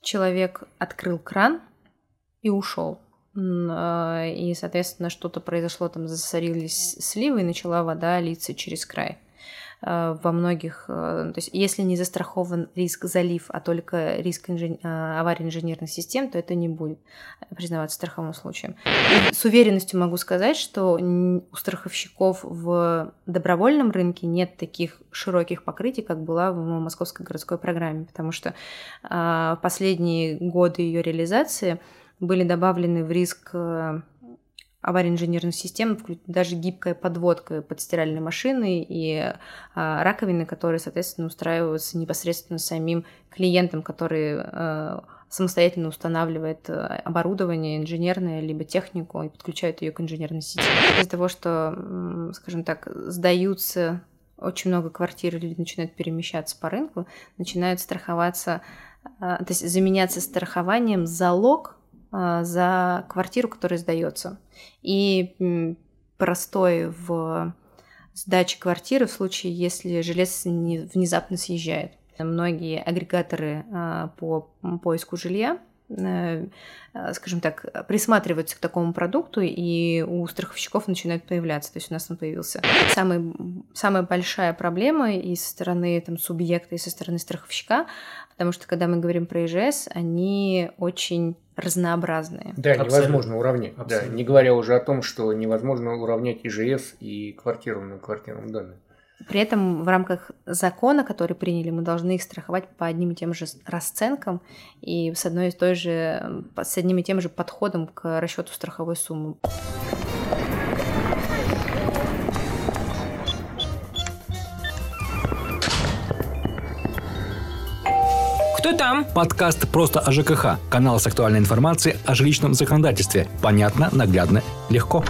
человек открыл кран и ушел. И, соответственно, что-то произошло, там засорились сливы, и начала вода литься через край. Во многих, то есть если не застрахован риск залив, а только риск аварии инженерных систем, то это не будет признаваться страховым случаем. И с уверенностью могу сказать, что у страховщиков в добровольном рынке нет таких широких покрытий, как была в Московской городской программе, потому что в последние годы ее реализации были добавлены в риск аварии инженерных систем, даже гибкая подводка под стиральной машиной и раковины, которые, соответственно, устраиваются непосредственно самим клиентом, который самостоятельно устанавливает оборудование инженерное, либо технику и подключает ее к инженерной сети. Из-за того, что, скажем так, сдаются очень много квартир, люди начинают перемещаться по рынку, начинают страховаться, то есть заменяться страхованием залог за квартиру, которая сдается. И простой в сдаче квартиры в случае, если жилец внезапно съезжает. Многие агрегаторы по поиску жилья, скажем так, присматриваются к такому продукту, и у страховщиков начинают появляться. То есть у нас он появился. Самая большая проблема и со стороны там, субъекта, и со стороны страховщика, потому что когда мы говорим про ИЖС, они очень разнообразные. Да, невозможно уравнять. Да, не говоря уже о том, что невозможно уравнять ИЖС и квартиру на квартирном доме. При этом в рамках закона, который приняли, мы должны их страховать по одним и тем же расценкам и с одним и тем же подходом к расчету страховой суммы. Кто там? Подкаст «Просто о ЖКХ». Канал с актуальной информацией о жилищном законодательстве. Понятно, наглядно, легко.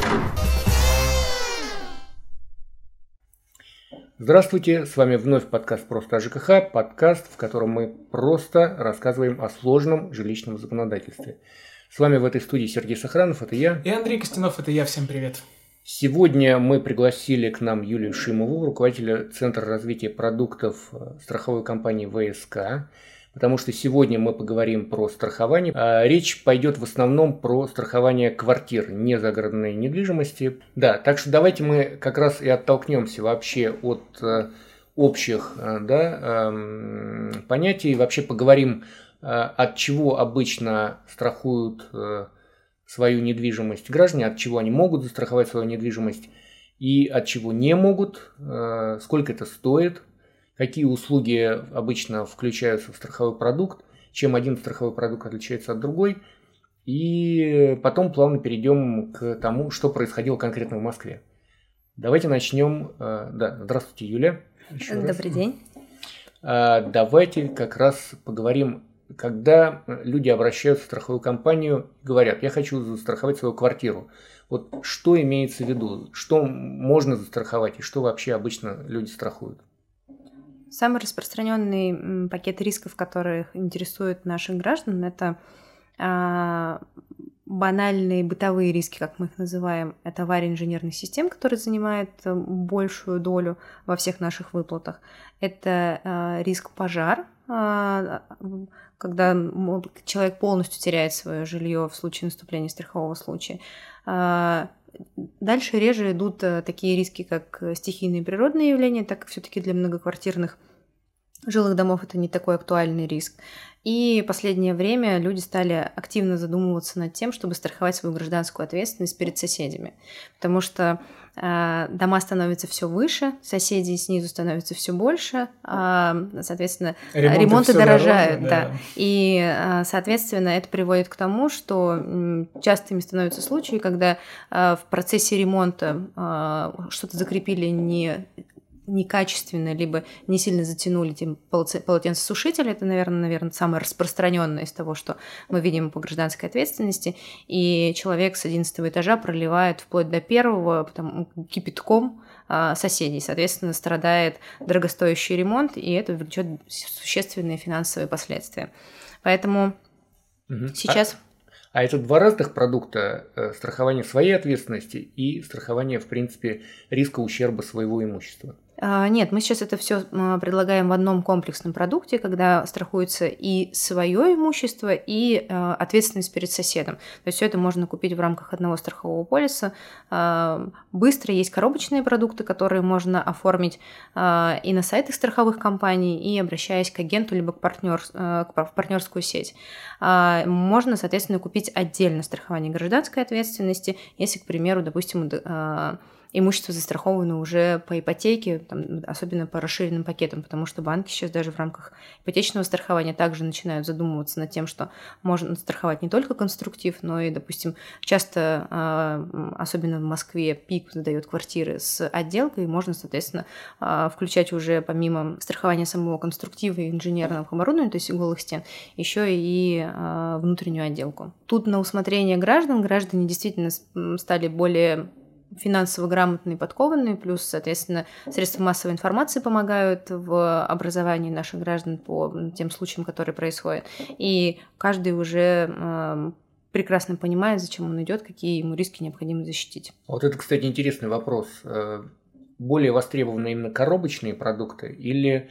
Здравствуйте, с вами вновь подкаст «Просто о ЖКХ», подкаст, в котором мы просто рассказываем о сложном жилищном законодательстве. С вами в этой студии Сергей Сохранов, это я. И Андрей Костянов, это я. Всем привет. Сегодня мы пригласили к нам Юлию Шимову, руководителя Центра развития продуктов страховой компании ВСК, потому что сегодня мы поговорим про страхование. Речь пойдет в основном про страхование квартир, не загородной недвижимости. Да, так что давайте мы как раз и оттолкнемся вообще от общих понятий, и вообще поговорим, от чего обычно страхуют свою недвижимость граждане, от чего они могут застраховать свою недвижимость и от чего не могут, сколько это стоит, какие услуги обычно включаются в страховой продукт, чем один страховой продукт отличается от другой, и потом плавно перейдем к тому, что происходило конкретно в Москве. Давайте начнем. Да, здравствуйте, Юля. Добрый день. Давайте как раз поговорим. Когда люди обращаются в страховую компанию и говорят, я хочу застраховать свою квартиру, вот что имеется в виду, что можно застраховать и что вообще обычно люди страхуют? Самый распространенный пакет рисков, который интересует наших граждан, это банальные бытовые риски, как мы их называем, это авария инженерных систем, которая занимает большую долю во всех наших выплатах. Это риск пожар, когда человек полностью теряет свое жилье в случае наступления страхового случая. Дальше реже идут такие риски, как стихийные природные явления, так как все-таки для многоквартирных жилых домов это не такой актуальный риск. И в последнее время люди стали активно задумываться над тем, чтобы страховать свою гражданскую ответственность перед соседями. Потому что дома становятся все выше, соседей снизу становится все больше, соответственно, ремонты дорожают. Дороже, да. И, соответственно, это приводит к тому, что частыми становятся случаи, когда в процессе ремонта что-то закрепили некачественно, либо не сильно затянули этим полотенцесушитель. Это, наверное, самое распространенное из того, что мы видим по гражданской ответственности. И человек с 11 этажа проливает вплоть до 1-го кипятком соседей. Соответственно, страдает дорогостоящий ремонт, и это влечет существенные финансовые последствия. Поэтому сейчас... А это два разных продукта: страхование своей ответственности и страхование, в принципе, риска ущерба своего имущества. Нет, мы сейчас это все предлагаем в одном комплексном продукте, когда страхуется и свое имущество, и ответственность перед соседом. То есть все это можно купить в рамках одного страхового полиса. Быстро есть коробочные продукты, которые можно оформить и на сайтах страховых компаний, и обращаясь к агенту либо в партнерскую сеть. Можно, соответственно, купить отдельно страхование гражданской ответственности, если, к примеру, допустим, имущество застраховано уже по ипотеке, там, особенно по расширенным пакетам, потому что банки сейчас даже в рамках ипотечного страхования также начинают задумываться над тем, что можно страховать не только конструктив, но и, допустим, часто, особенно в Москве, ПИК выдает квартиры с отделкой, и можно, соответственно, включать уже помимо страхования самого конструктива и инженерного оборудования, то есть голых стен, еще и внутреннюю отделку. Тут на усмотрение граждан. Граждане действительно стали более финансово грамотные, подкованные, плюс, соответственно, средства массовой информации помогают в образовании наших граждан по тем случаям, которые происходят. И каждый уже прекрасно понимает, зачем он идет, какие ему риски необходимо защитить. Вот это, кстати, интересный вопрос. Более востребованы именно коробочные продукты или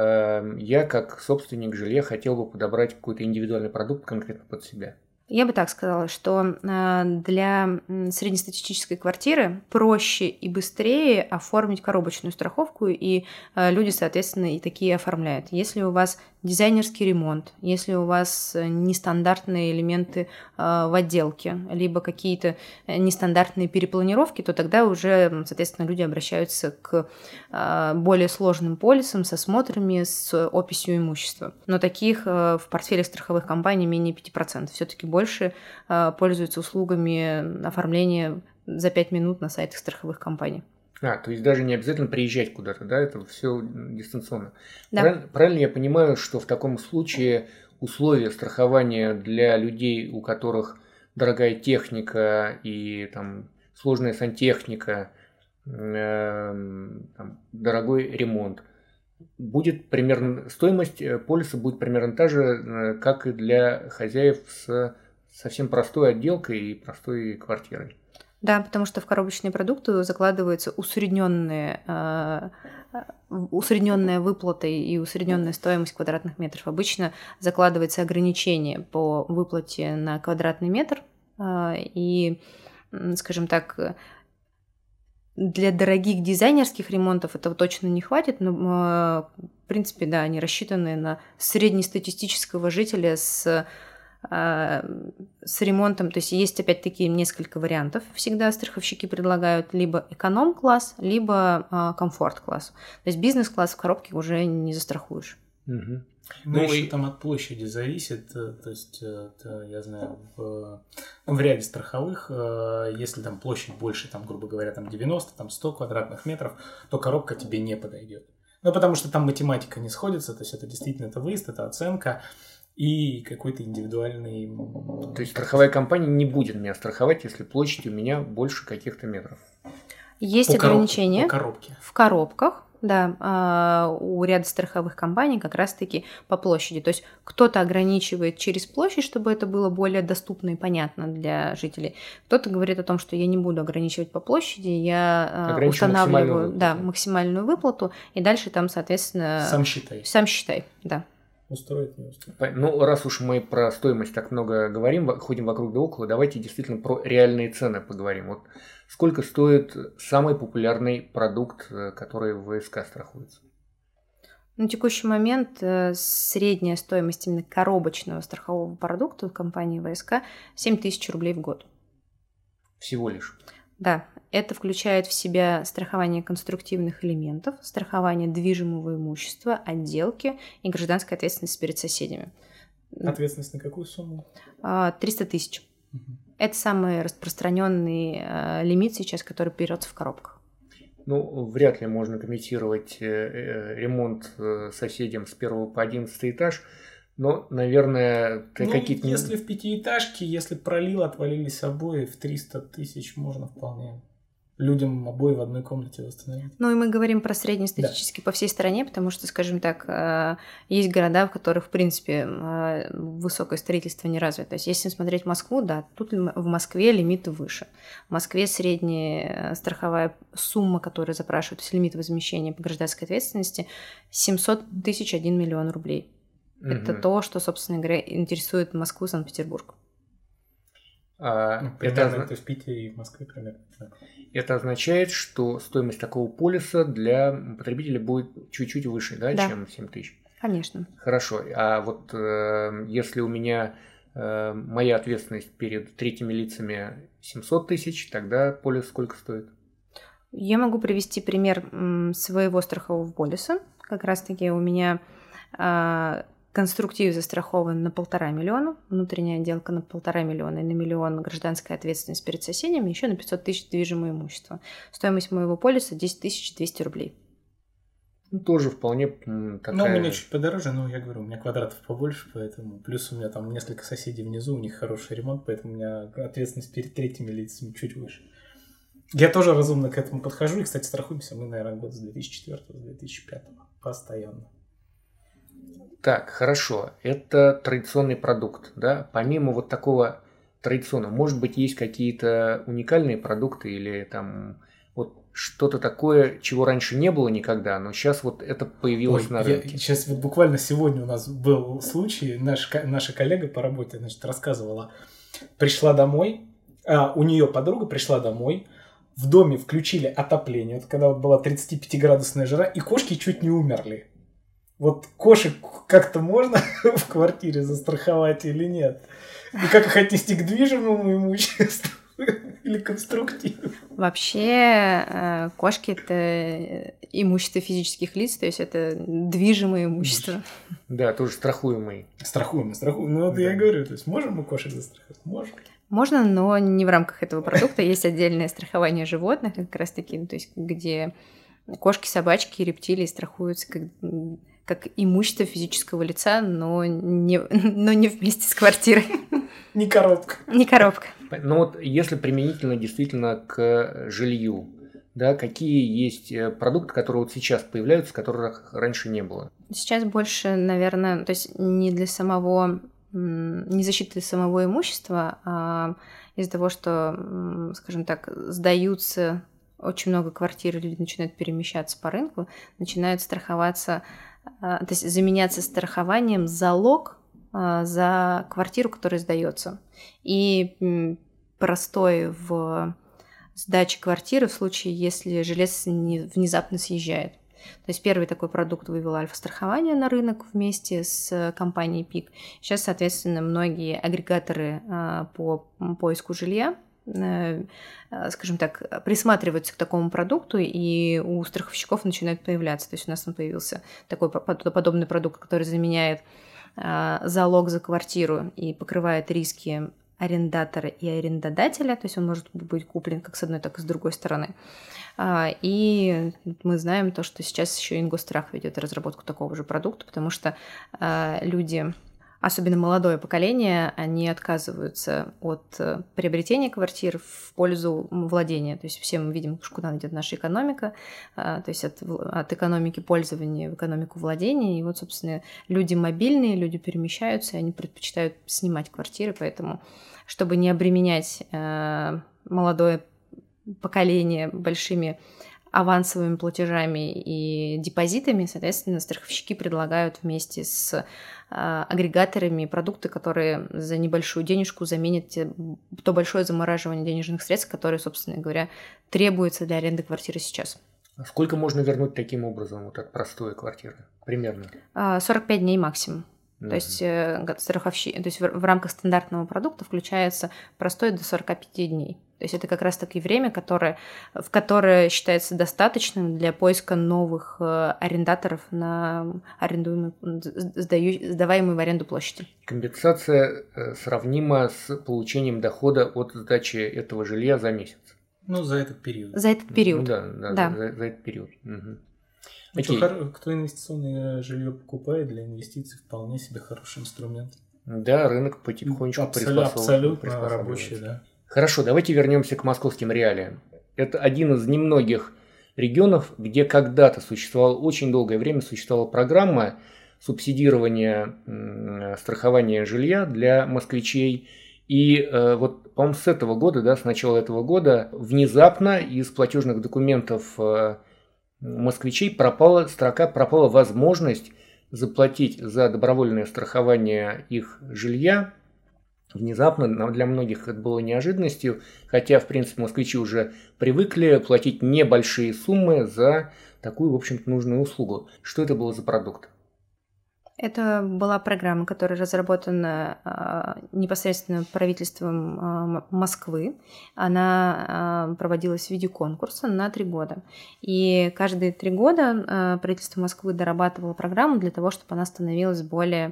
я, как собственник жилья, хотел бы подобрать какой-то индивидуальный продукт конкретно под себя? Я бы так сказала, что для среднестатистической квартиры проще и быстрее оформить коробочную страховку, и люди, соответственно, и такие оформляют. Если у вас дизайнерский ремонт, если у вас нестандартные элементы в отделке, либо какие-то нестандартные перепланировки, то тогда уже, соответственно, люди обращаются к более сложным полисам, с осмотрами, с описью имущества. Но таких в портфелях страховых компаний менее 5%. Все-таки больше пользуются услугами оформления за 5 минут на сайтах страховых компаний. То есть даже не обязательно приезжать куда-то, да, это все дистанционно. Да. Правильно я понимаю, что в таком случае условия страхования для людей, у которых дорогая техника и там сложная сантехника, там, дорогой ремонт, будет примерно, стоимость полиса будет примерно та же, как и для хозяев с совсем простой отделкой и простой квартирой? Да, потому что в коробочные продукты закладывается усредненная выплата и усредненная стоимость квадратных метров. Обычно закладывается ограничение по выплате на квадратный метр. И, скажем так, для дорогих дизайнерских ремонтов этого точно не хватит, но, в принципе, да, они рассчитаны на среднестатистического жителя с ремонтом, то есть есть опять-таки несколько вариантов. Всегда страховщики предлагают либо эконом-класс, либо комфорт-класс. То есть бизнес-класс в коробке уже не застрахуешь. Угу. Ну, еще там от площади зависит, то есть, я знаю, в ряде страховых, если там площадь больше, там, грубо говоря, там 90, там 100 квадратных метров, то коробка тебе не подойдет. Ну, потому что там математика не сходится, то есть это действительно это выезд, это оценка и какой-то индивидуальный... То есть страховая компания не будет меня страховать, если площадь у меня больше каких-то метров? Есть ограничения по коробке. В коробках. Да, у ряда страховых компаний как раз-таки по площади. То есть кто-то ограничивает через площадь, чтобы это было более доступно и понятно для жителей. Кто-то говорит о том, что я не буду ограничивать по площади, я устанавливаю максимальную выплату, и дальше там, соответственно... Сам считай. Сам считай, да. Устроит, не устроит. Ну, раз уж мы про стоимость так много говорим, ходим вокруг да около, давайте действительно про реальные цены поговорим. Вот сколько стоит самый популярный продукт, который в ВСК страхуется? На текущий момент средняя стоимость именно коробочного страхового продукта в компании ВСК 7 тысяч рублей в год. Всего лишь? Да, это включает в себя страхование конструктивных элементов, страхование движимого имущества, отделки и гражданская ответственность перед соседями. Ответственность на какую сумму? 300 тысяч. Угу. Это самый распространенный лимит сейчас, который берется в коробках. Ну, вряд ли можно комментировать ремонт соседям с 1 по 11 этаж. Но, наверное, какие-то... Если в пятиэтажке, если пролил, отвалились обои, в 300 тысяч можно вполне. людям обои в одной комнате восстановить. Ну и мы говорим про среднестатистически по всей стране, потому что, скажем так, есть города, в которых, в принципе, высокое строительство не развито. То есть если смотреть Москву, да, тут в Москве лимиты выше. В Москве средняя страховая сумма, которую запрашивают, то есть лимит возмещения по гражданской ответственности, 700 тысяч 1 миллион рублей. Это то, что, собственно говоря, интересует Москву и Санкт-Петербург. Примерно это в Питере и в Москве примерно. Это означает, что стоимость такого полиса для потребителя будет чуть-чуть выше, да, чем 7 тысяч? Конечно. Хорошо. А вот если у меня моя ответственность перед третьими лицами 700 тысяч, тогда полис сколько стоит? Я могу привести пример своего страхового полиса. Как раз-таки у меня конструктив застрахован на 1,5 миллиона, внутренняя отделка на 1,5 миллиона и на 1 миллион гражданская ответственность перед соседями, еще на 500 тысяч движимое имущество. Стоимость моего полиса 10 200 рублей. Ну, тоже вполне такая... Ну, у меня чуть подороже, но я говорю, у меня квадратов побольше, поэтому... Плюс у меня там несколько соседей внизу, у них хороший ремонт, поэтому у меня ответственность перед третьими лицами чуть выше. Я тоже разумно к этому подхожу, и, кстати, страхуемся мы, наверное, год с 2004-2005 постоянно. Так, хорошо. Это традиционный продукт, да? Помимо вот такого традиционного, может быть, есть какие-то уникальные продукты или там вот что-то такое, чего раньше не было никогда, но сейчас вот это появилось на рынке. Сейчас вот буквально сегодня у нас был случай, наша коллега по работе, значит, рассказывала, пришла домой, у нее подруга пришла домой, в доме включили отопление, вот когда вот была 35-градусная жара, и кошки чуть не умерли. Вот кошек как-то можно в квартире застраховать или нет? И как их отнести к движимому имуществу или конструктиву? Вообще кошки – это имущество физических лиц, то есть это движимое имущество. Да, тоже страхуемый. Страхуемый. Ну вот я говорю, то есть можем мы кошек застраховать? Можем. Можно, но не в рамках этого продукта. Есть отдельное страхование животных, как раз-таки, то есть где кошки, собачки, рептилии страхуются как имущество физического лица, но не вместе с квартирой. Не коробка. Не коробка. Ну вот если применительно действительно к жилью, да, какие есть продукты, которые вот сейчас появляются, которых раньше не было? Сейчас больше, наверное, то есть не защиты самого имущества, а из-за того, что, скажем так, сдаются очень много квартир, люди начинают перемещаться по рынку, начинают страховаться, то есть заменяться страхованием залог за квартиру, которая сдается. И простой в сдаче квартиры в случае, если жилец внезапно съезжает. То есть первый такой продукт вывел Альфа-страхование на рынок вместе с компанией ПИК. Сейчас, соответственно, многие агрегаторы по поиску жилья, скажем так, присматриваются к такому продукту, и у страховщиков начинают появляться. То есть у нас там появился такой подобный продукт, который заменяет залог за квартиру и покрывает риски арендатора и арендодателя, то есть он может быть куплен как с одной, так и с другой стороны. И мы знаем то, что сейчас еще Ингосстрах ведет разработку такого же продукта, потому что люди, особенно молодое поколение, они отказываются от приобретения квартир в пользу владения. То есть все мы видим, куда идет наша экономика, то есть от экономики пользования в экономику владения. И вот, собственно, люди мобильные, люди перемещаются, и они предпочитают снимать квартиры, поэтому, чтобы не обременять молодое поколение большими авансовыми платежами и депозитами, соответственно, страховщики предлагают вместе с агрегаторами продукты, которые за небольшую денежку заменят то большое замораживание денежных средств, которое, собственно говоря, требуется для аренды квартиры сейчас. А сколько можно вернуть таким образом вот от простой квартиры? Примерно? 45 дней максимум. То есть страховщик, то есть в рамках стандартного продукта включается простой до 45 дней. То есть это как раз-таки время, в которое считается достаточным для поиска новых арендаторов на сдаваемые в аренду площади. Компенсация сравнима с получением дохода от сдачи этого жилья за месяц. Ну, за этот период. За этот период. Да. За этот период. Угу. Кто инвестиционное жилье покупает, для инвестиций вполне себе хороший инструмент. Да, рынок потихонечку абсолютно рабочий, да. Хорошо, давайте вернемся к московским реалиям. Это один из немногих регионов, где когда-то очень долгое время существовала программа субсидирования страхования жилья для москвичей. И вот, по-моему, с этого года, да, с начала этого года, внезапно из платежных документов москвичей пропала возможность заплатить за добровольное страхование их жилья. Внезапно для многих это было неожиданностью, хотя, в принципе, москвичи уже привыкли платить небольшие суммы за такую, в общем-то, нужную услугу. Что это было за продукт? Это была программа, которая разработана непосредственно правительством Москвы. Она проводилась в виде конкурса на 3 года. И каждые 3 года правительство Москвы дорабатывало программу для того, чтобы она становилась более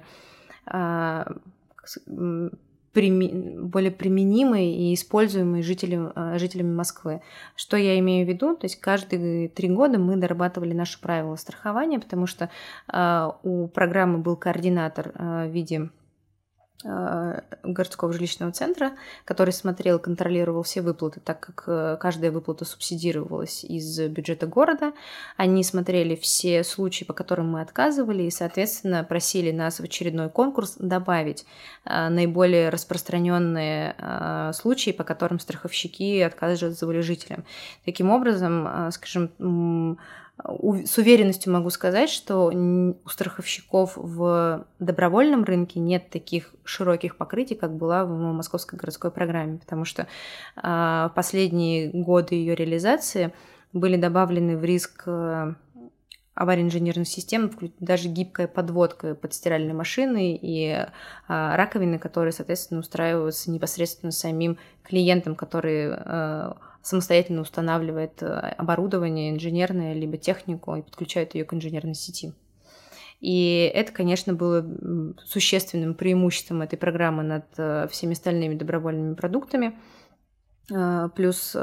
применимой и используемой жителями Москвы. Что я имею в виду? То есть каждые 3 года мы дорабатывали наши правила страхования, потому что у программы был координатор в виде городского жилищного центра, который смотрел, контролировал все выплаты, так как каждая выплата субсидировалась из бюджета города. Они смотрели все случаи, по которым мы отказывали, и, соответственно, просили нас в очередной конкурс добавить наиболее распространенные случаи, по которым страховщики отказывали жителям. Таким образом, скажем, с уверенностью могу сказать, что у страховщиков в добровольном рынке нет таких широких покрытий, как была в Московской городской программе, потому что в последние годы ее реализации были добавлены в риск аварийно-инженерных систем даже гибкая подводка под стиральной машиной и раковины, которые, соответственно, устраиваются непосредственно самим клиентам, которые самостоятельно устанавливает оборудование инженерное, либо технику и подключает ее к инженерной сети. И это, конечно, было существенным преимуществом этой программы над всеми остальными добровольными продуктами. Плюс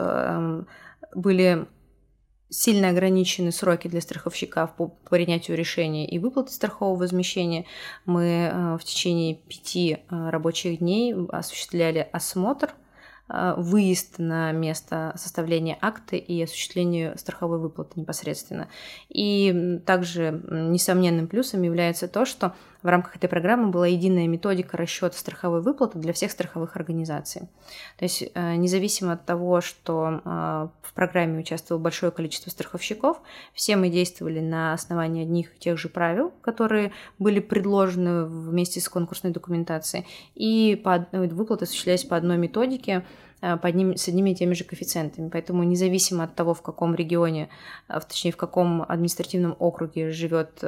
были сильно ограничены сроки для страховщика по принятию решения и выплаты страхового возмещения. Мы в течение 5 рабочих дней осуществляли осмотр, выезд на место составления акта и осуществление страховой выплаты непосредственно. И также несомненным плюсом является то, что в рамках этой программы была единая методика расчета страховой выплаты для всех страховых организаций. То есть независимо от того, что в программе участвовало большое количество страховщиков, все мы действовали на основании одних и тех же правил, которые были предложены вместе с конкурсной документацией, и выплаты осуществлялись по одной методике, с одними и теми же коэффициентами. Поэтому независимо от того, в каком регионе, точнее, в каком административном округе живет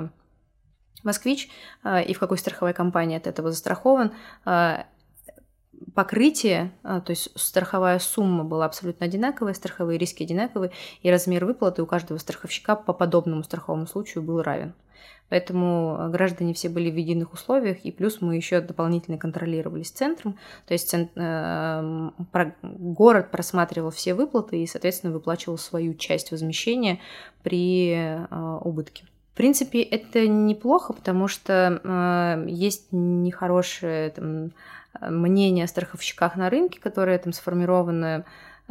москвич и в какой страховой компании от этого застрахован, покрытие, то есть страховая сумма была абсолютно одинаковая, страховые риски одинаковые, и размер выплаты у каждого страховщика по подобному страховому случаю был равен. Поэтому граждане все были в единых условиях, и плюс мы еще дополнительно контролировались центром, то есть город просматривал все выплаты и, соответственно, выплачивал свою часть возмещения при убытке. В принципе, это неплохо, потому что есть нехорошее мнение о страховщиках на рынке, которое сформировано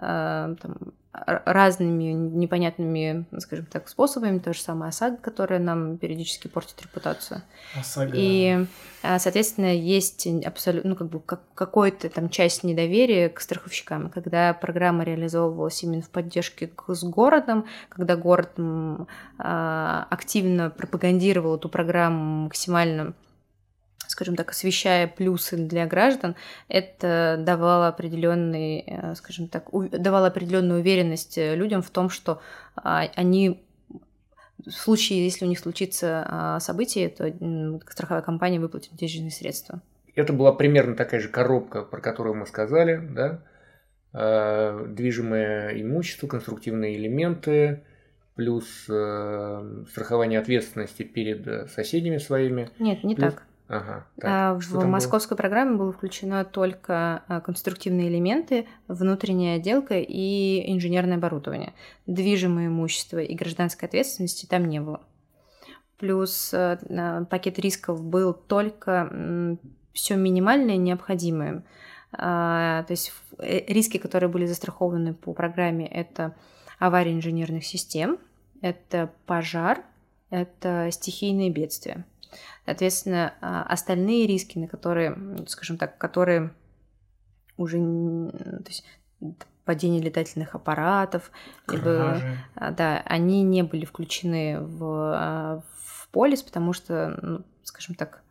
разными непонятными, скажем так, способами. То же самое ОСАГО, которое нам периодически портит репутацию. ОСАГО. И, соответственно, есть абсолютно, какая-то часть недоверия к страховщикам. Когда программа реализовывалась именно в поддержке с городом, когда город активно пропагандировал эту программу максимально, скажем так, освещая плюсы для граждан, это давало определенную уверенность людям в том, что они, в случае, если у них случится событие, то страховая компания выплатит денежные средства. Это была примерно такая же коробка, про которую мы сказали, да? Движимое имущество, конструктивные элементы, плюс страхование ответственности перед соседями своими. Нет, не так. Ага, в московской программе было включено только конструктивные элементы, внутренняя отделка и инженерное оборудование. Движимое имущество и гражданской ответственности там не было. Плюс пакет рисков был только все минимальное необходимое. То есть риски, которые были застрахованы по программе, это авария инженерных систем, это пожар, это стихийные бедствия. Соответственно, остальные риски, на которые, скажем так, которые уже, то есть падение летательных аппаратов, либо, да, они не были включены в полис, потому что, скажем так,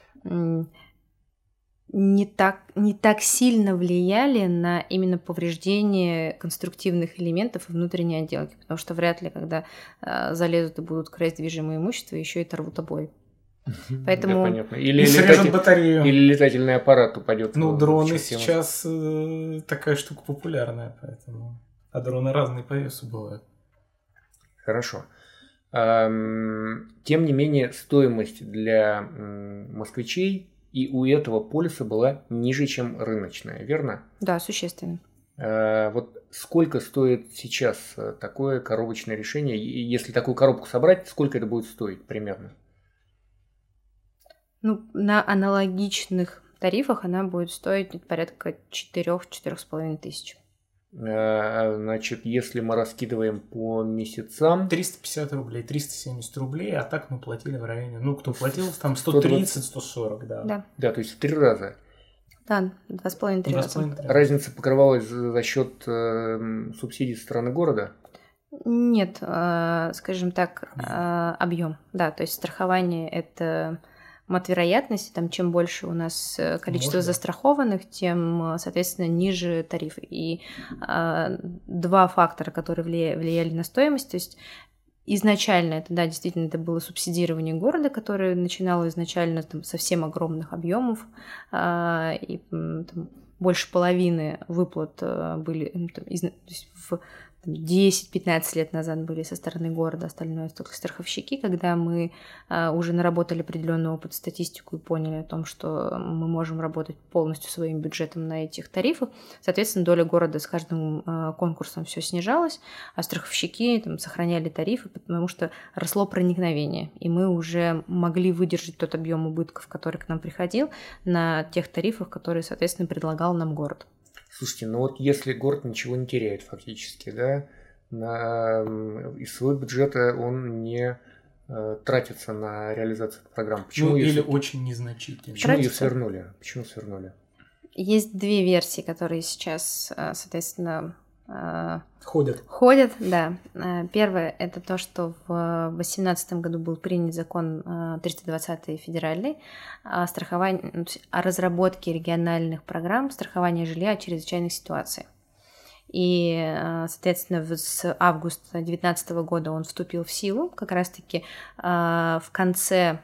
не так сильно влияли на именно повреждение конструктивных элементов и внутренней отделки, потому что вряд ли, когда залезут и будут красть движимое имущество, еще и торвут обои. Поэтому... Да, понятно. Или батарею. Или летательный аппарат упадет. Ну, дроны сейчас такая штука популярная, поэтому... А дроны разные по весу бывают. Хорошо. Тем не менее, стоимость для москвичей и у этого полиса была ниже, чем рыночная, верно? Да, существенно. Вот сколько стоит сейчас такое коробочное решение? Если такую коробку собрать, сколько это будет стоить примерно? Ну, на аналогичных тарифах она будет стоить порядка 4-4,5 тысяч. Значит, если мы раскидываем по месяцам... 350 рублей, 370 рублей, а так мы платили в районе... Ну, кто платил, там 130-140, да. Да, то есть в 3 раза. Да, 2,5-3 раза. Разница покрывалась за счет субсидий со стороны города? Нет, скажем так, объем. Да, то есть страхование – это... матвероятности, там чем больше у нас количество застрахованных, тем, соответственно, ниже тарифы. И два фактора, которые влияли на стоимость, то есть изначально это, да, действительно, это было субсидирование города, которое начинало изначально там, совсем огромных объемов, и там, больше половины выплат были то есть в 10-15 лет назад были со стороны города, остальное только страховщики, когда мы уже наработали определенный опыт, статистику и поняли о том, что мы можем работать полностью своим бюджетом на этих тарифах. Соответственно, доля города с каждым конкурсом все снижалась, а страховщики там, сохраняли тарифы, потому что росло проникновение, и мы уже могли выдержать тот объем убытков, который к нам приходил, на тех тарифах, которые, соответственно, предлагал нам город. Слушайте, ну вот если город ничего не теряет фактически, да, из своего бюджета он не тратится на реализацию программ. Почему ну, или очень незначительно. Почему ее свернули? Почему свернули? Есть две версии, которые сейчас, соответственно, ходят, да. Первое – это то, что в 2018 году был принят закон 320-й федеральный о разработке региональных программ страхования жилья от чрезвычайных ситуаций. И, соответственно, с августа 2019 года он вступил в силу. Как раз-таки в конце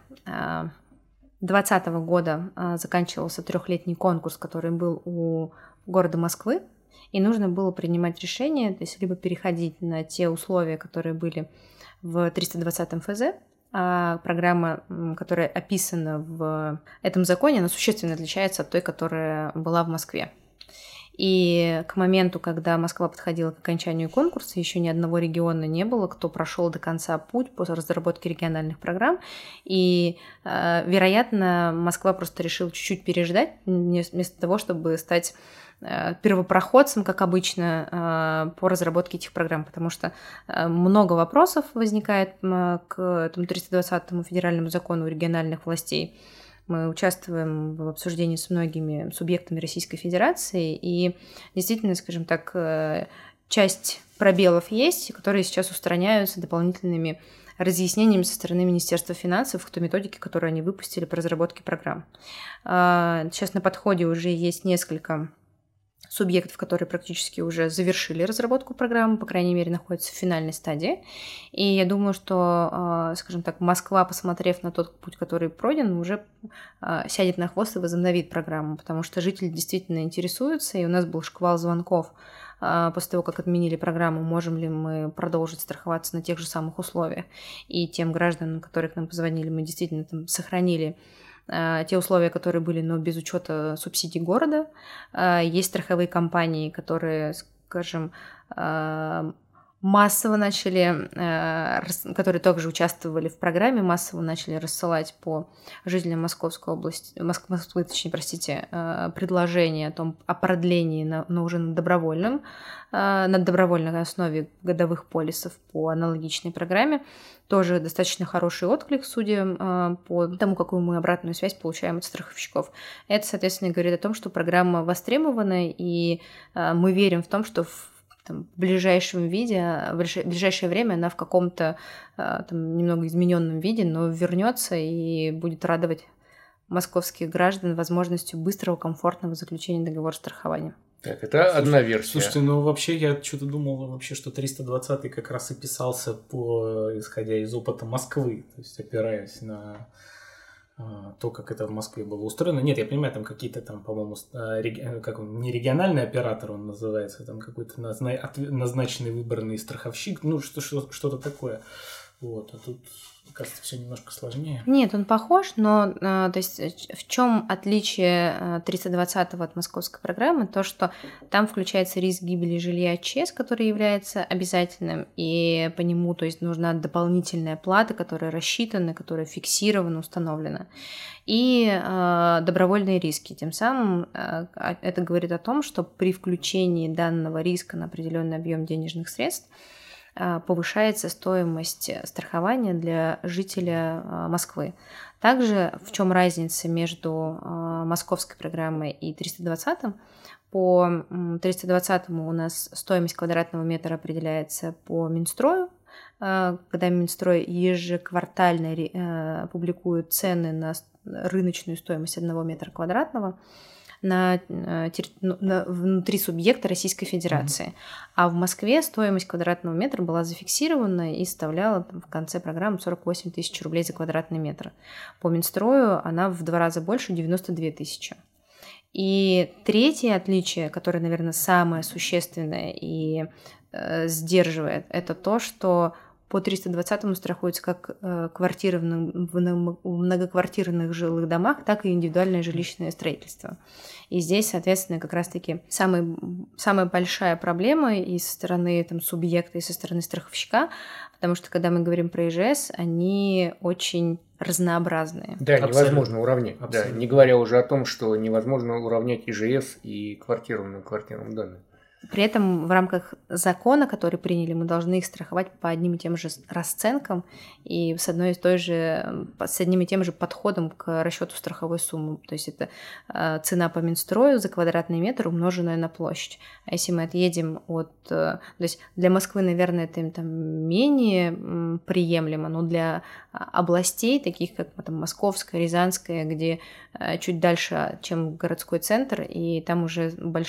2020 года заканчивался 3-летний конкурс, который был у города Москвы. И нужно было принимать решение, то есть либо переходить на те условия, которые были в 320-м ФЗ, а программа, которая описана в этом законе, она существенно отличается от той, которая была в Москве. И к моменту, когда Москва подходила к окончанию конкурса, еще ни одного региона не было, кто прошел до конца путь по разработке региональных программ. И, вероятно, Москва просто решила чуть-чуть переждать, вместо того, чтобы стать первопроходцем, как обычно, по разработке этих программ, потому что много вопросов возникает к этому 320-му федеральному закону региональных властей. Мы участвуем в обсуждении с многими субъектами Российской Федерации, и действительно, скажем так, часть пробелов есть, которые сейчас устраняются дополнительными разъяснениями со стороны Министерства финансов к той методике, которую они выпустили по разработке программ. Сейчас на подходе уже есть несколько субъектов, которые практически уже завершили разработку программы, по крайней мере, находятся в финальной стадии. И я думаю, что, скажем так, Москва, посмотрев на тот путь, который пройден, уже сядет на хвост и возобновит программу, потому что жители действительно интересуются, и у нас был шквал звонков после того, как отменили программу, можем ли мы продолжить страховаться на тех же самых условиях. И тем гражданам, которые к нам позвонили, мы действительно там сохранили те условия, которые были, но без учета субсидий города. Есть страховые компании, которые, скажем, массово начали, которые также участвовали в программе, массово начали рассылать по жителям Московской области, Москвы, точнее, простите, предложение о продлении на уже на добровольной основе годовых полисов по аналогичной программе. Тоже достаточно хороший отклик, судя по тому, какую мы обратную связь получаем от страховщиков. Это, соответственно, говорит о том, что программа востребована, и мы верим в том, что в ближайшее время она в каком-то немного измененном виде, но вернется и будет радовать московских граждан возможностью быстрого, комфортного заключения договора страхования. Так, это одна версия. Слушайте, ну вообще я что-то думал, вообще, что 320-й как раз и писался исходя из опыта Москвы, то есть опираясь на то, как это в Москве было устроено. Нет, я понимаю, там какие-то там, по-моему, не региональный оператор он называется, там какой-то назначенный выбранный страховщик, ну что-то такое. Вот, а тут, кажется, все немножко сложнее. Нет, он похож, но то есть в чем отличие 320-го от московской программы? То, что там включается риск гибели жилья ЧС, который является обязательным, и по нему, то есть, нужна дополнительная плата, которая рассчитана, которая фиксирована, установлена, и добровольные риски. Тем самым это говорит о том, что при включении данного риска на определенный объем денежных средств повышается стоимость страхования для жителя Москвы. Также в чем разница между московской программой и 320-м? По 320-му у нас стоимость квадратного метра определяется по Минстрою, когда Минстрой ежеквартально публикует цены на рыночную стоимость 1 метра квадратного внутри субъекта Российской Федерации. А в Москве стоимость квадратного метра была зафиксирована и составляла в конце программы 48 тысяч рублей за квадратный метр. По Минстрою она в 2 раза больше, 92 тысячи. И третье отличие, которое, наверное, самое существенное и сдерживает, это то, что по 320-му страхуются как квартиры в многоквартирных жилых домах, так и индивидуальное жилищное строительство. И здесь, соответственно, как раз-таки самая большая проблема и со стороны субъекта, и со стороны страховщика, потому что, когда мы говорим про ИЖС, они очень разнообразные. Да, невозможно уравнять. Да, не говоря уже о том, что невозможно уравнять ИЖС и квартиру на квартирном доме. При этом в рамках закона, который приняли, мы должны их страховать по одним и тем же расценкам и с одним и тем же подходом к расчету страховой суммы. То есть это цена по Минстрою за квадратный метр, умноженная на площадь. А если мы отъедем то есть для Москвы, наверное, это менее приемлемо, но для областей, таких как Московская, Рязанская, где чуть дальше, чем городской центр, и там уже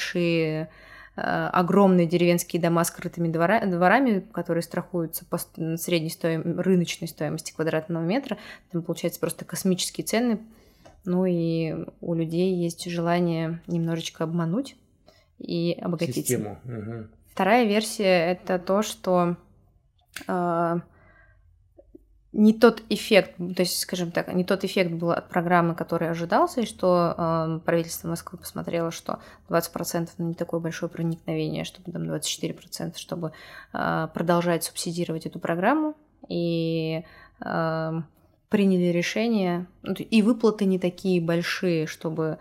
огромные деревенские дома с крытыми дворами, которые страхуются по средней рыночной стоимости квадратного метра. Там получается просто космические цены. Ну и у людей есть желание немножечко обмануть и обогатиться. Систему. Угу. Вторая версия – это то, что не тот эффект, то есть, скажем так, не тот эффект был от программы, который ожидался, и что правительство Москвы посмотрело, что 20% не такое большое проникновение, чтобы 24%, чтобы продолжать субсидировать эту программу, и приняли решение, и выплаты не такие большие, чтобы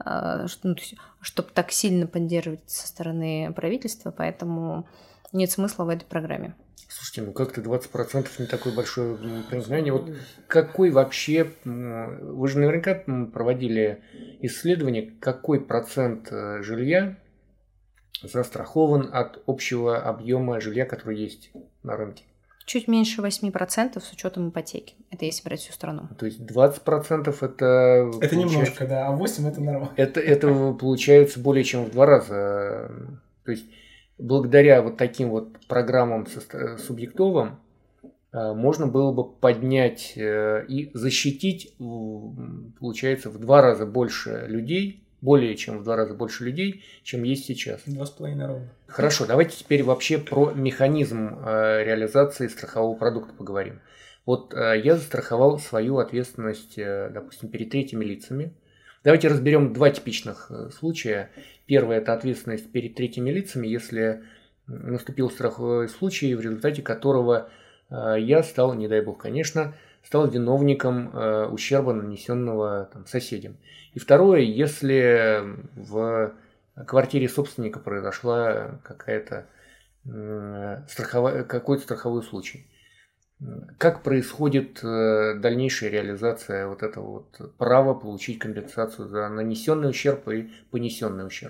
так сильно поддерживать со стороны правительства, поэтому нет смысла в этой программе. Слушайте, как-то 20% не такое большое проникновение. Вот какой вообще, вы же наверняка проводили исследование, какой процент жилья застрахован от общего объема жилья, который есть на рынке? Чуть меньше 8% с учетом ипотеки. Это если брать всю страну. То есть 20% это... Это немножко, да, а 8% это нормально. Это получается более чем в 2 раза. То есть благодаря вот таким вот программам субъектовым можно было бы поднять и защитить, получается, в 2 раза больше людей, более чем в 2 раза больше людей, чем есть сейчас. 2,5 ровно. Хорошо, давайте теперь вообще про механизм реализации страхового продукта поговорим. Вот я застраховал свою ответственность, допустим, перед третьими лицами. Давайте разберем 2 типичных случая. Первое – это ответственность перед третьими лицами, если наступил страховой случай, в результате которого я стал, не дай бог, конечно, стал виновником ущерба, нанесенного соседям. И второе, если в квартире собственника произошла какой-то страховой случай. Как происходит дальнейшая реализация вот этого вот права получить компенсацию за нанесенный ущерб и понесенный ущерб?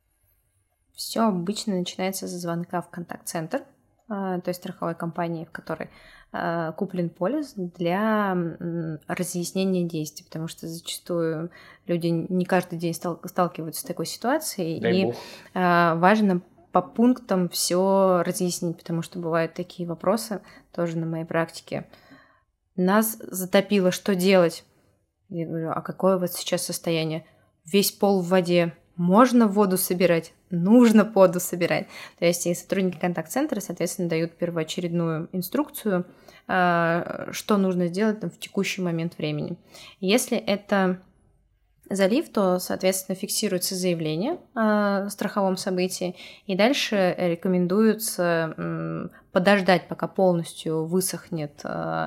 Все обычно начинается со звонка в контакт-центр той страховой компании, в которой куплен полис, для разъяснения действий, потому что зачастую люди не каждый день сталкиваются с такой ситуацией, и важно по пунктам все разъяснить, потому что бывают такие вопросы тоже на моей практике. Нас затопило, что делать? Я говорю, а какое вот сейчас состояние? Весь пол в воде. Можно воду собирать? Нужно воду собирать. То есть и сотрудники контакт-центра, соответственно, дают первоочередную инструкцию, что нужно сделать в текущий момент времени. Если это залив, то, соответственно, фиксируется заявление о страховом событии, и дальше рекомендуется подождать, пока полностью высохнет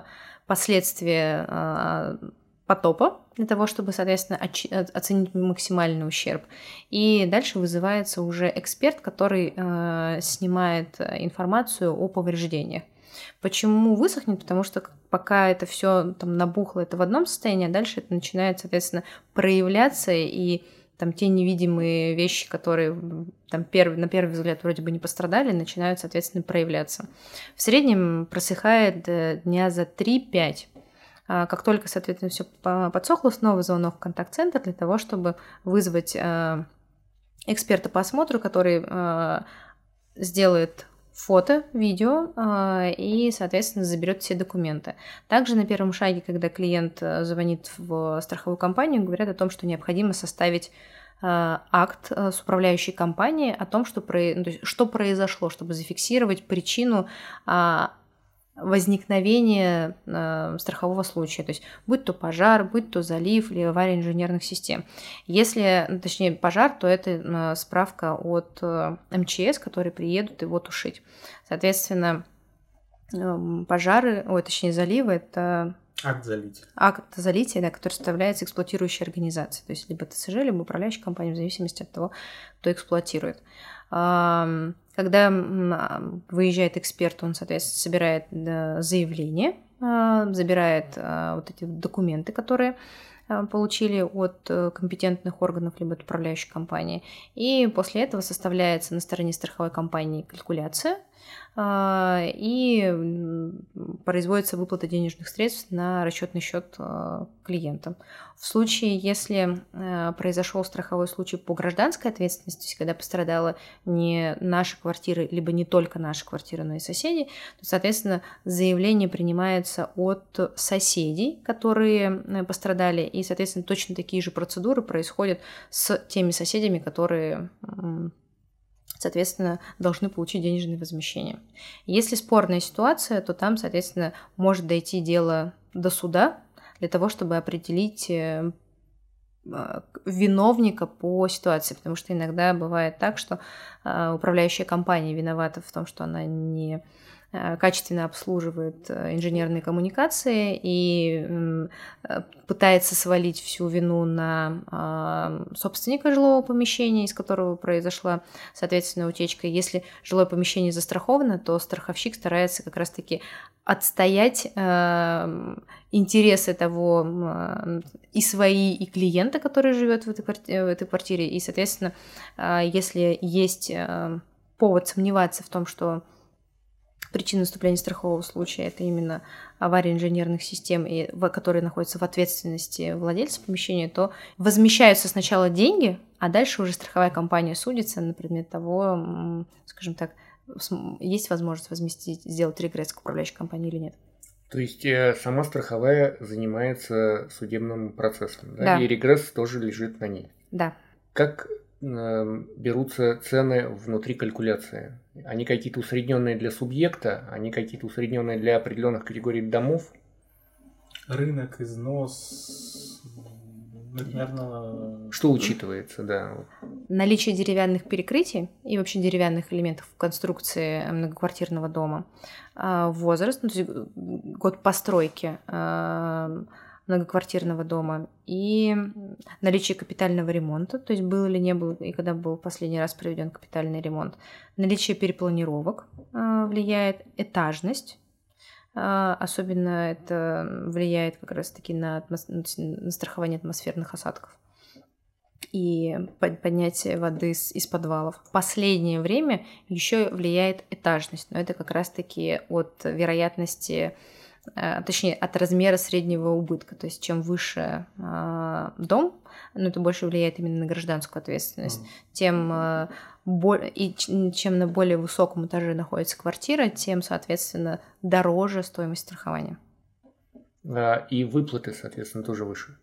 последствия потопа, для того, чтобы, соответственно, оценить максимальный ущерб. И дальше вызывается уже эксперт, который снимает информацию о повреждениях. Почему высохнет? Потому что пока это все набухло, это в одном состоянии, а дальше это начинает, соответственно, проявляться, и те невидимые вещи, которые на первый взгляд вроде бы не пострадали, начинают, соответственно, проявляться. В среднем просыхает дня за 3-5. Как только, соответственно, все подсохло, снова звонок в контакт-центр для того, чтобы вызвать эксперта по осмотру, который сделает фото, видео и, соответственно, заберет все документы. Также на первом шаге, когда клиент звонит в страховую компанию, говорят о том, что необходимо составить акт с управляющей компанией о том, что произошло, чтобы зафиксировать причину возникновения страхового случая, то есть будь то пожар, будь то залив или авария инженерных систем. Если, точнее, пожар, то это справка от МЧС, которые приедут его тушить. Соответственно, заливы – это акт залития. Акт залития, да, который составляется эксплуатирующей организацией, то есть либо ТСЖ, либо управляющей компанией, в зависимости от того, кто эксплуатирует. Когда выезжает эксперт, он, соответственно, собирает заявление, забирает вот эти документы, которые получили от компетентных органов либо от управляющей компании, и после этого составляется на стороне страховой компании калькуляция, и производится выплата денежных средств на расчетный счет клиента. В случае, если произошел страховой случай по гражданской ответственности, то есть когда пострадала не наша квартира, либо не только наша квартира, но и соседи, то, соответственно, заявление принимается от соседей, которые пострадали, и, соответственно, точно такие же процедуры происходят с теми соседями, которые, соответственно, должны получить денежное возмещение. Если спорная ситуация, то там, соответственно, может дойти дело до суда для того, чтобы определить виновника по ситуации, потому что иногда бывает так, что управляющая компания виновата в том, что она не качественно обслуживает инженерные коммуникации и пытается свалить всю вину на собственника жилого помещения, из которого произошла, соответственно, утечка. Если жилое помещение застраховано, то страховщик старается как раз-таки отстоять интересы того и свои, и клиента, который живет в этой квартире. И, соответственно, если есть повод сомневаться в том, что причина наступления страхового случая – это именно авария инженерных систем, которые находятся в ответственности владельца помещения, то возмещаются сначала деньги, а дальше уже страховая компания судится на предмет того, скажем так, есть возможность возместить, сделать регресс к управляющей компании или нет. То есть сама страховая занимается судебным процессом, да? Да. И регресс тоже лежит на ней. Да. Как берутся цены внутри калькуляции? Они какие-то усредненные для субъекта, они какие-то усредненные для определенных категорий домов? Рынок, износ, наверное... Что учитывается, да? наличие деревянных перекрытий и вообще деревянных элементов в конструкции многоквартирного дома, возраст, то есть год постройки многоквартирного дома и наличие капитального ремонта, то есть был или не был, и когда был последний раз проведен капитальный ремонт, наличие перепланировок влияет, этажность, особенно это влияет как раз-таки на страхование атмосферных осадков и поднятие воды из подвалов. В последнее время еще влияет этажность, но это как раз-таки от вероятности, точнее, от размера среднего убытка. То есть чем выше дом, это больше влияет именно на гражданскую ответственность, тем на более высоком этаже находится квартира, тем, соответственно, дороже стоимость страхования. И выплаты, соответственно, тоже выше.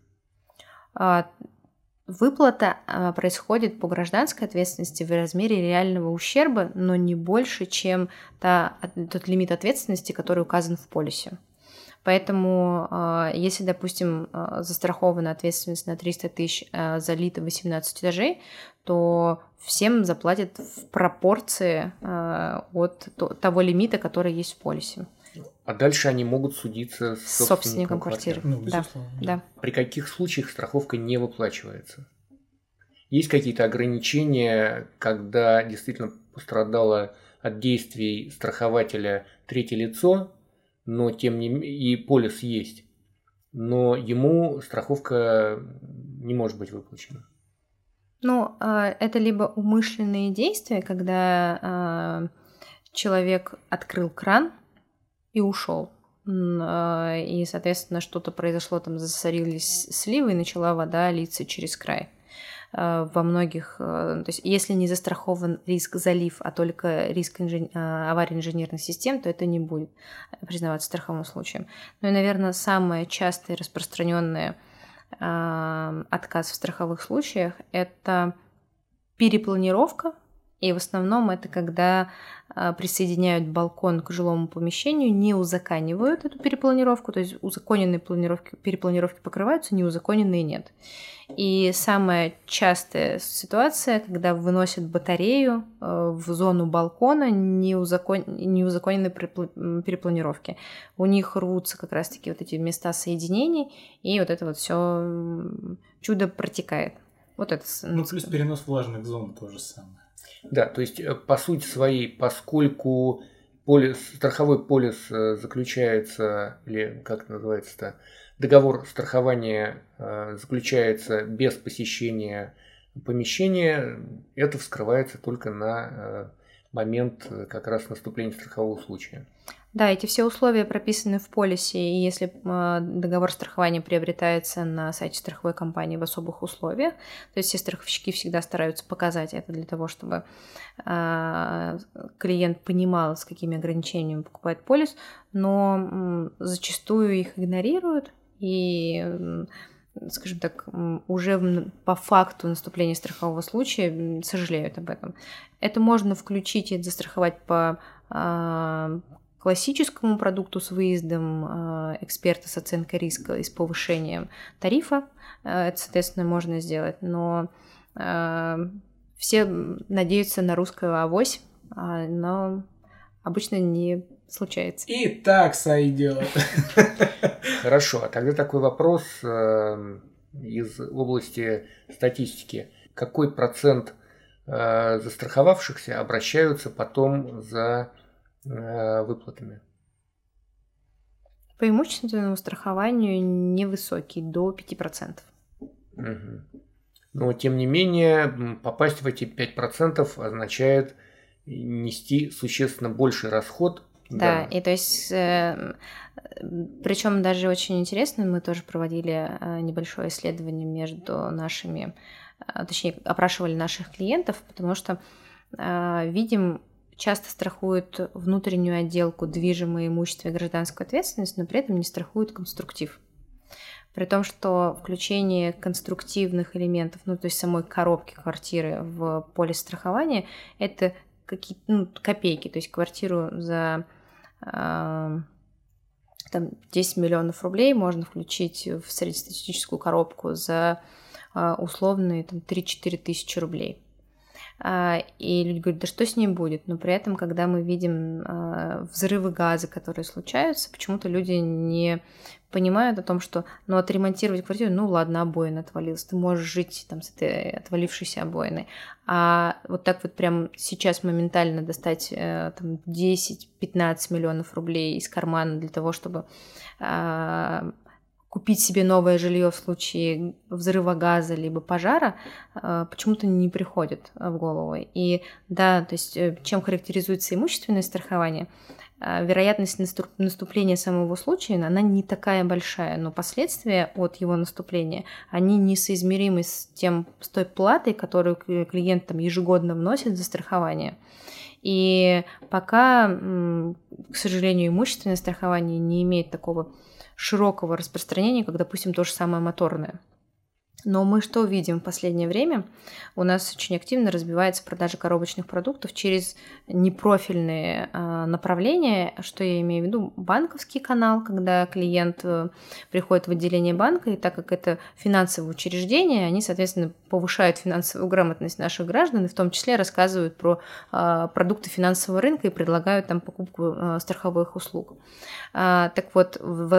Выплата происходит по гражданской ответственности в размере реального ущерба, но не больше, чем тот лимит ответственности, который указан в полисе. Поэтому, если, допустим, застрахована ответственность на 300 тысяч, залито 18 этажей, то всем заплатят в пропорции от того лимита, который есть в полисе. А дальше они могут судиться с собственником квартиры. Да. При каких случаях страховка не выплачивается? Есть какие-то ограничения, когда действительно пострадало от действий страхователя третье лицо, но тем не менее и полис есть, но ему страховка не может быть выплачена? Это либо умышленные действия, когда человек открыл кран и ушел. И, соответственно, что-то произошло, там засорились сливы, и начала вода литься через край. Во многих, то есть если не застрахован риск залив, а только риск аварии инженерных систем, то это не будет признаваться страховым случаем. Ну и, наверное, самое частое и распространенное отказ в страховых случаях – это перепланировка. И в основном это когда присоединяют балкон к жилому помещению, не узаконивают эту перепланировку, то есть узаконенные перепланировки покрываются, неузаконенные нет. И самая частая ситуация, когда выносят батарею в зону балкона неузаконенной перепланировки. У них рвутся как раз-таки вот эти места соединений, и вот это вот все чудо протекает. Вот это. Плюс перенос влажных зон тоже самое. Да, то есть по сути своей, поскольку страховой полис заключается, или как это называется-то, договор страхования заключается без посещения помещения, это вскрывается только на момент как раз наступления страхового случая. Да, эти все условия прописаны в полисе, и если договор страхования приобретается на сайте страховой компании в особых условиях, то есть все страховщики всегда стараются показать это для того, чтобы клиент понимал, с какими ограничениями покупает полис, но зачастую их игнорируют и, скажем так, уже по факту наступления страхового случая сожалеют об этом. Это можно включить и застраховать по классическому продукту с выездом эксперта с оценкой риска и с повышением тарифа. Это, соответственно, можно сделать, но все надеются на русскую авось, но обычно не случается. И так сойдет. Хорошо, а тогда такой вопрос из области статистики. Какой процент застраховавшихся обращаются потом за выплатами? По имущественному страхованию невысокий, до 5%. Угу. Но, тем не менее, попасть в эти 5% означает нести существенно больший расход. Да, и то есть, причем даже очень интересно, мы тоже проводили небольшое исследование между нашими, точнее, опрашивали наших клиентов, потому что видим, часто страхуют внутреннюю отделку, движимое имущество и гражданскую ответственность, но при этом не страхуют конструктив. При том, что включение конструктивных элементов, то есть самой коробки квартиры в полис страхования, это какие-то копейки. То есть квартиру за 10 миллионов рублей можно включить в среднестатистическую коробку за условные 3-4 тысячи рублей. И люди говорят, да что с ней будет? Но при этом, когда мы видим взрывы газа, которые случаются, почему-то люди не понимают о том, что отремонтировать квартиру, ладно, обоина отвалилась, ты можешь жить там с этой отвалившейся обоиной. А вот так вот прям сейчас моментально достать там 10-15 миллионов рублей из кармана для того, чтобы купить себе новое жилье в случае взрыва газа либо пожара, почему-то не приходит в голову. И да, то есть чем характеризуется имущественное страхование, вероятность наступления самого случая, она не такая большая, но последствия от его наступления, они несоизмеримы с той платой, которую клиент там ежегодно вносит за страхование. И пока, к сожалению, имущественное страхование не имеет такого широкого распространения, как, допустим, то же самое моторное. Но мы что видим в последнее время? У нас очень активно развивается продажа коробочных продуктов через непрофильные направления. Что я имею в виду? Банковский канал, когда клиент приходит в отделение банка, и так как это финансовое учреждение, они, соответственно, повышают финансовую грамотность наших граждан, и в том числе рассказывают про продукты финансового рынка и предлагают там покупку страховых услуг. Так вот,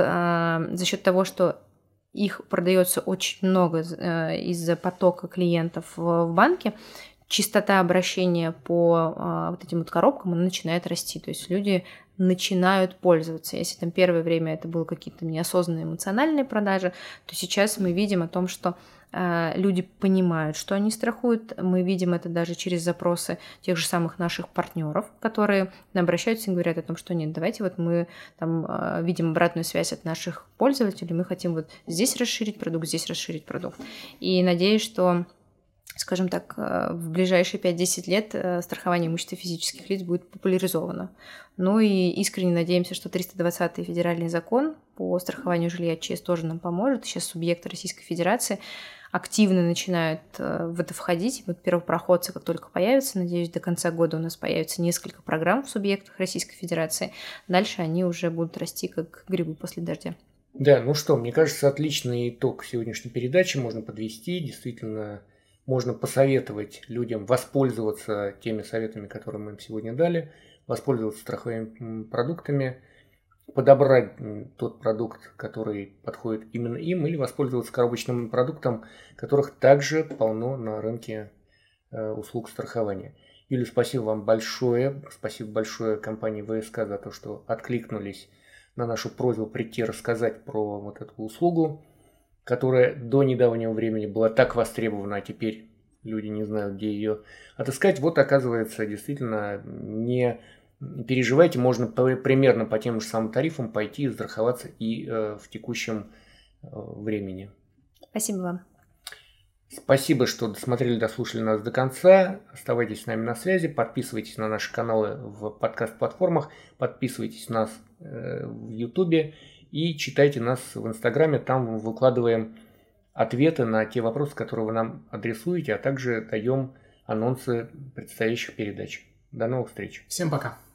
за счет того, что их продается очень много из-за потока клиентов в банке, частота обращения по вот этим вот коробкам, она начинает расти. То есть люди начинают пользоваться. Если там первое время это были какие-то неосознанные эмоциональные продажи, то сейчас мы видим о том, что люди понимают, что они страхуют. Мы видим это даже через запросы тех же самых наших партнеров, которые обращаются и говорят о том, что нет, давайте вот мы там видим обратную связь от наших пользователей, мы хотим вот здесь расширить продукт, здесь расширить продукт. И надеюсь, что, скажем так, в ближайшие 5-10 лет страхование имущества физических лиц будет популяризовано. Ну и искренне надеемся, что 320-й федеральный закон по страхованию жилья ЧС тоже нам поможет. Сейчас субъекты Российской Федерации активно начинают в это входить. Вот первопроходцы, как только появятся, надеюсь, до конца года у нас появится несколько программ в субъектах Российской Федерации. Дальше они уже будут расти, как грибы после дождя. Да, ну что, мне кажется, отличный итог сегодняшней передачи можно подвести. Действительно, можно посоветовать людям воспользоваться теми советами, которые мы им сегодня дали, воспользоваться страховыми продуктами, подобрать тот продукт, который подходит именно им, или воспользоваться коробочным продуктом, которых также полно на рынке услуг страхования. Юля, спасибо вам большое. Спасибо большое компании ВСК за то, что откликнулись на нашу просьбу прийти рассказать про вот эту услугу, которая до недавнего времени была так востребована, а теперь люди не знают, где ее отыскать. Вот, оказывается, действительно, не переживайте, можно примерно по тем же самым тарифам пойти и страховаться и в текущем времени. Спасибо вам. Спасибо, что досмотрели, дослушали нас до конца. Оставайтесь с нами на связи, подписывайтесь на наши каналы в подкаст-платформах, подписывайтесь на нас в Ютубе и читайте нас в Инстаграме. Там мы выкладываем ответы на те вопросы, которые вы нам адресуете, а также даем анонсы предстоящих передач. До новых встреч. Всем пока.